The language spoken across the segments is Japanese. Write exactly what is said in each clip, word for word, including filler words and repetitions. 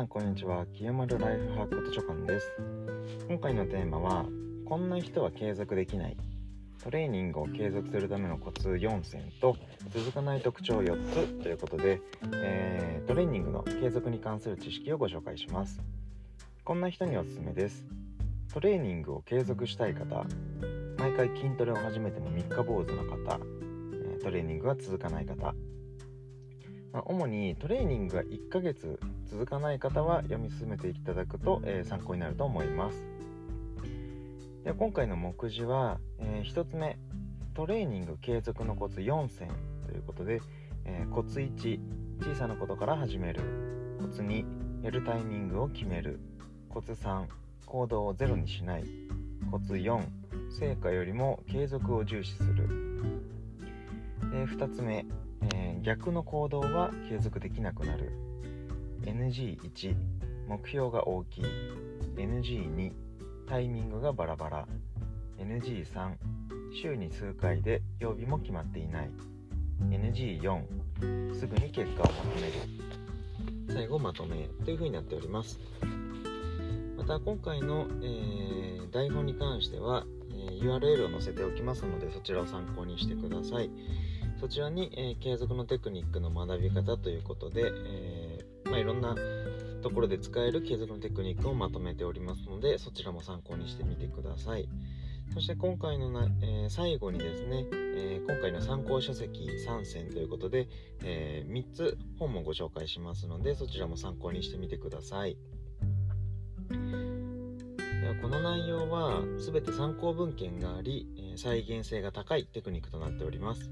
こんにちは。清丸ライフハック図書館です。今回のテーマは、こんな人は継続できない、トレーニングを継続するためのコツよん選と続かない特徴よっつということで、えー、トレーニングの継続に関する知識をご紹介します。こんな人におすすめです。トレーニングを継続したい方、毎回筋トレを始めても三日坊主の方、トレーニングが続かない方、主にトレーニングがいっかげつ続かない方は読み進めていただくと、えー、参考になると思います。で今回の目次は、えー、ひとつめ、トレーニング継続のコツよん選ということで、えー、コツいち、小さなことから始める。コツに、やるタイミングを決める。コツさん、行動をゼロにしない。コツよん、成果よりも継続を重視する。でふたつめ、えー、逆の行動は継続できなくなる。 エヌジーいち 目標が大きい。 エヌジーに タイミングがバラバラ。 エヌジーさん 週に数回で曜日も決まっていない。 エヌジーよん すぐに結果をまとめる。最後まとめというふうになっております。また今回の、えー、台本に関しては、えー、ユーアールエル を載せておきますので、そちらを参考にしてください。そちらに、えー、継続のテクニックの学び方ということで、えーまあ、いろんなところで使える継続のテクニックをまとめておりますので、そちらも参考にしてみてください。そして今回のな、えー、最後にですね、えー、今回の参考書籍さん選ということで、えー、みっつ本もご紹介しますので、そちらも参考にしてみてください。ではこの内容は全て参考文献があり、えー、再現性が高いテクニックとなっております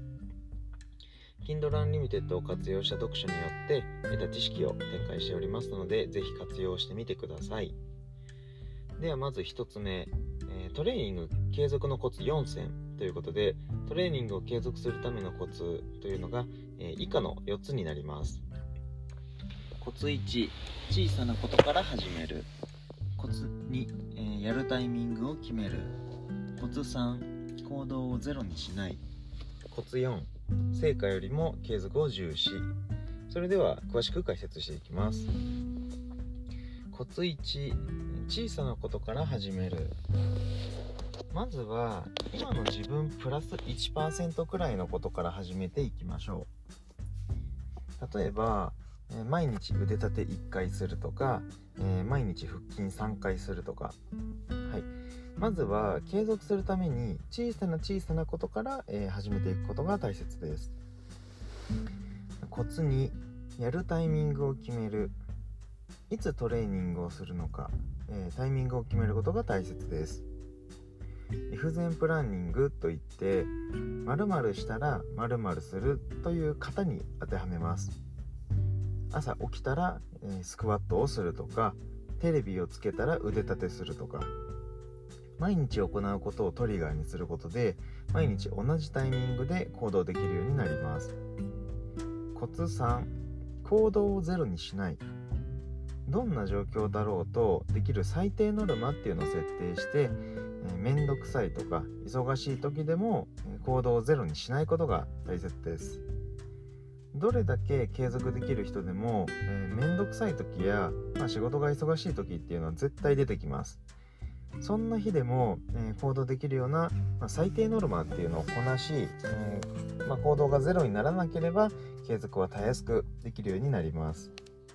。Kindle Unlimited を活用した読書によって得た知識を展開しておりますので、ぜひ活用してみてください。ではまずひとつめ、えー、トレーニング継続のコツよん選ということで、トレーニングを継続するためのコツというのが、えー、以下のよっつになります。コツいち、小さなことから始める。コツに、えー、やるタイミングを決める。コツさん、行動をゼロにしない。コツよん、成果よりも継続を重視。それでは詳しく解説していきます。コツいち、小さなことから始める。まずは今の自分プラス いちパーセント くらいのことから始めていきましょう。例えば毎日腕立ていっかいするとか、えー、毎日腹筋さんかいするとか、はい、まずは継続するために小さな小さなことから、えー、始めていくことが大切です。コツに、やるタイミングを決める。いつトレーニングをするのか、えー、タイミングを決めることが大切です。イフゼンプランニングといって、〇〇したら〇〇するという型に当てはめます。朝起きたら、えー、スクワットをするとか、テレビをつけたら腕立てするとか、毎日行うことをトリガーにすることで、毎日同じタイミングで行動できるようになります。コツさん、行動をゼロにしない。どんな状況だろうとできる最低ノルマっていうのを設定して、えー、めんどくさいとか忙しい時でも、えー、行動をゼロにしないことが大切です。どれだけ継続できる人でも、えー、めんどくさい時や、まあ、仕事が忙しい時っていうのは絶対出てきます。そんな日でも、えー、行動できるような、まあ、最低ノルマっていうのをこなし、えーまあ、行動がゼロにならなければ継続はたやすくできるようになります。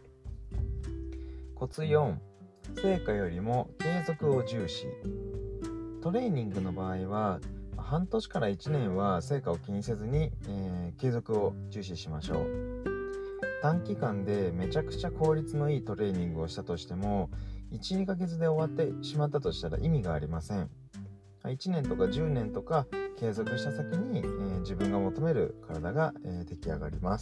コツよん、成果よりも継続を重視。トレーニングの場合は半年からいちねんは成果を気にせずに、えー、継続を重視しましょう。短期間でめちゃくちゃ効率のいいトレーニングをしたとしても、いち、にかげつで終わってしまったとしたら意味がありません。いちねんとかじゅうねんとか継続した先に、えー、自分が求める体が、えー、出来上がります。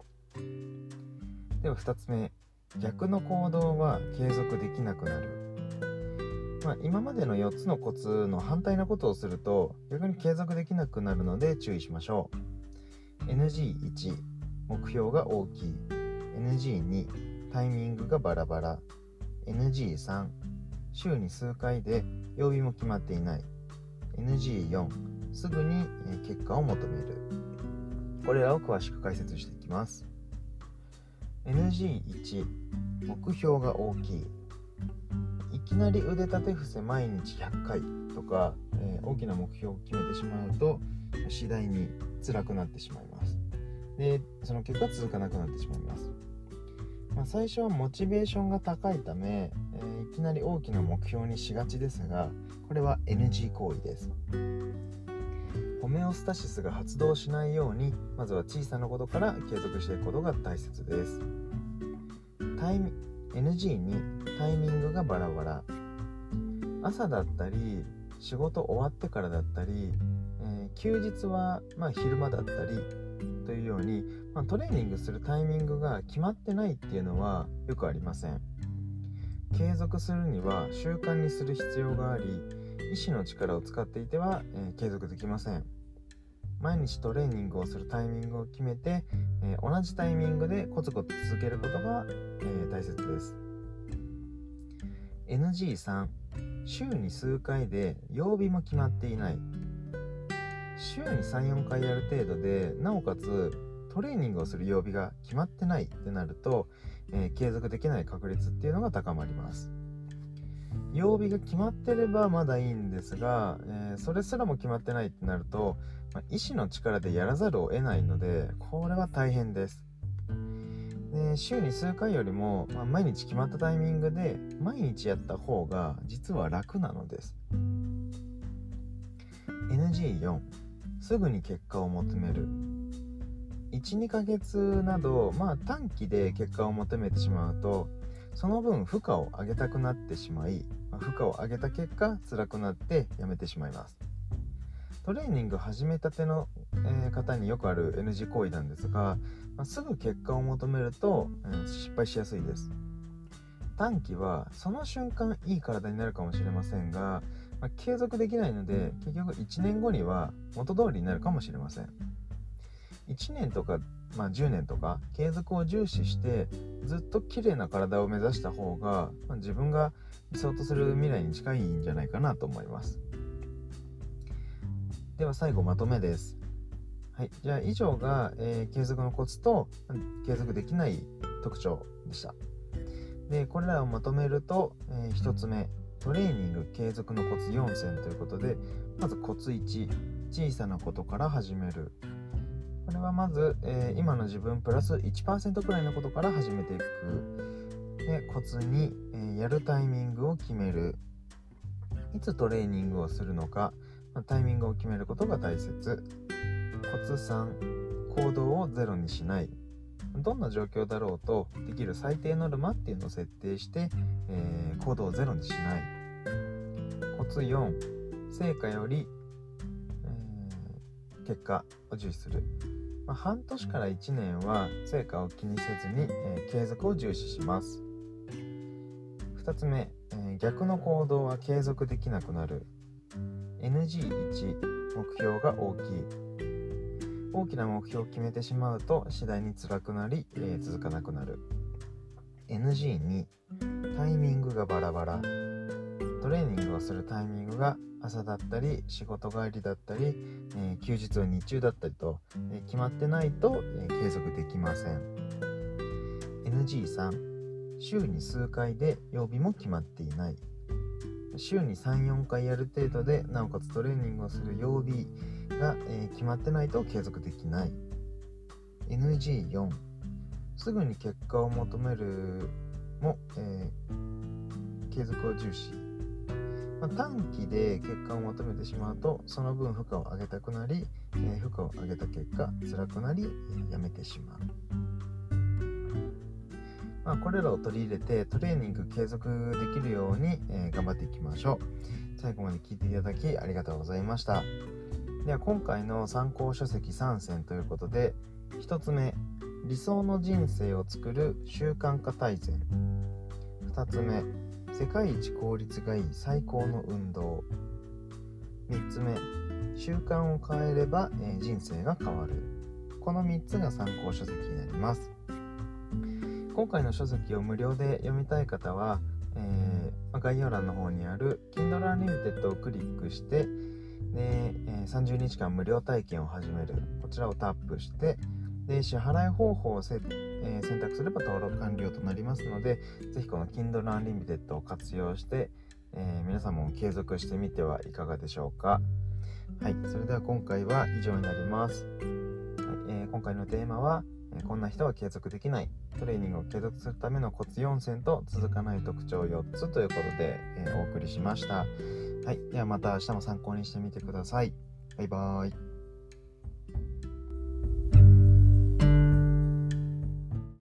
ではふたつめ、逆の行動は継続できなくなる。まあ、今までのよっつのコツの反対なことをすると逆に継続できなくなるので注意しましょう。 エヌジーいち、目標が大きい。 エヌジーに、タイミングがバラバラ。 エヌジーさん、週に数回で曜日も決まっていない。 エヌジーよん、すぐに結果を求める。これらを詳しく解説していきます。 エヌジーいち 目標が大きい。いきなり腕立て伏せ毎日ひゃっかいとか、えー、大きな目標を決めてしまうと次第に辛くなってしまいます。で、その結果続かなくなってしまいます。まあ、最初はモチベーションが高いため、えー、いきなり大きな目標にしがちですが、これは エヌジー 行為です。ホメオスタシスが発動しないように、まずは小さなことから継続していくことが大切です。タイミ エヌジーに タイミングがバラバラ。朝だったり仕事終わってからだったり、えー、休日はまあ昼間だったりというように、まあ、トレーニングするタイミングが決まってないっていうのはよくありません。継続するには習慣にする必要があり、意志の力を使っていては、えー、継続できません。毎日トレーニングをするタイミングを決めて、えー、同じタイミングでコツコツ続けることが、えー、大切です。エヌジーさん、週に数回で曜日も決まっていない。週に さんよんかいやる程度で、なおかつトレーニングをする曜日が決まってないってなると、えー、継続できない確率っていうのが高まります。曜日が決まってればまだいいんですが、えー、それすらも決まってないってなると、まあ、意志の力でやらざるを得ないので、これは大変です。で、週に数回よりも、まあ、毎日決まったタイミングで毎日やった方が実は楽なのです。 エヌジーよん、 すぐに結果を求める。 いちにかげつなど、まあ、短期で結果を求めてしまうと、その分負荷を上げたくなってしまい、まあ、負荷を上げた結果辛くなってやめてしまいます。トレーニング始めたての、えー、方によくある エヌジー 行為なんですが、まあ、すぐ結果を求めると、うん、失敗しやすいです。短期はその瞬間いい体になるかもしれませんが、まあ、継続できないので、結局いちねんごには元通りになるかもしれません。いちねんとか、まあ、じゅうねんとか継続を重視してずっと綺麗な体を目指した方が、まあ、自分が理想とする未来に近いんじゃないかなと思います。では最後まとめです。はい、じゃあ以上が、えー、継続のコツと継続できない特徴でした。で、これらをまとめると、えー、ひとつめ、トレーニング継続のコツよんせんということで、まずコツいち、小さなことから始める。これはまず、えー、今の自分プラス いちパーセント くらいのことから始めていく。で、コツに、えー、やるタイミングを決める。いつトレーニングをするのか、まあ、タイミングを決めることが大切。コツさん、行動をゼロにしない。どんな状況だろうとできる最低ノルマっていうのを設定して、えー、行動をゼロにしない。コツよん、成果より、えー、結果を重視する。まあ、半年からいちねんは成果を気にせずに、えー、継続を重視します。ふたつめ、えー、逆の行動は継続できなくなる。エヌジーいち、目標が大きい。大きな目標を決めてしまうと次第に辛くなり、えー、続かなくなる。エヌジーに、タイミングがバラバラ。トレーニングをするタイミングが朝だったり仕事帰りだったり、えー、休日は日中だったりと、えー、決まってないと、えー、継続できません。エヌジーさん、週に数回で曜日も決まっていない。週に さんよんかいやる程度で、なおかつトレーニングをする曜日が、えー、決まってないと継続できない。エヌジーよん、すぐに結果を求めるも、えー、継続を重視。まあ、短期で結果を求めてしまうと、その分負荷を上げたくなり、えー、負荷を上げた結果辛くなり、えー、やめてしまう。まあ、これらを取り入れてトレーニング継続できるように、えー、頑張っていきましょう。最後まで聞いていただきありがとうございました。では今回の参考書籍さんせんということで、ひとつめ、理想の人生を作る習慣化大全。ふたつめ、世界一効率がいい最高の運動。みっつめ、習慣を変えれば、えー、人生が変わる。このみっつが参考書籍になります。今回の書籍を無料で読みたい方は、えー、概要欄の方にある Kindle Unlimited をクリックして、で、えー、さんじゅうにちかん無料体験を始める、こちらをタップして、 で、支払い方法をせ、えー選択すれば登録完了となりますので、ぜひこの Kindle Unlimited を活用して、えー皆さんも継続してみてはいかがでしょうか。はい、それでは今回は以上になります。はい、えー今回のテーマは、えーこんな人は継続できない、トレーニングを継続するためのコツよん選と続かない特徴よっつということで、えーお送りしました。はい、ではまた明日も参考にしてみてください。バイバーイ。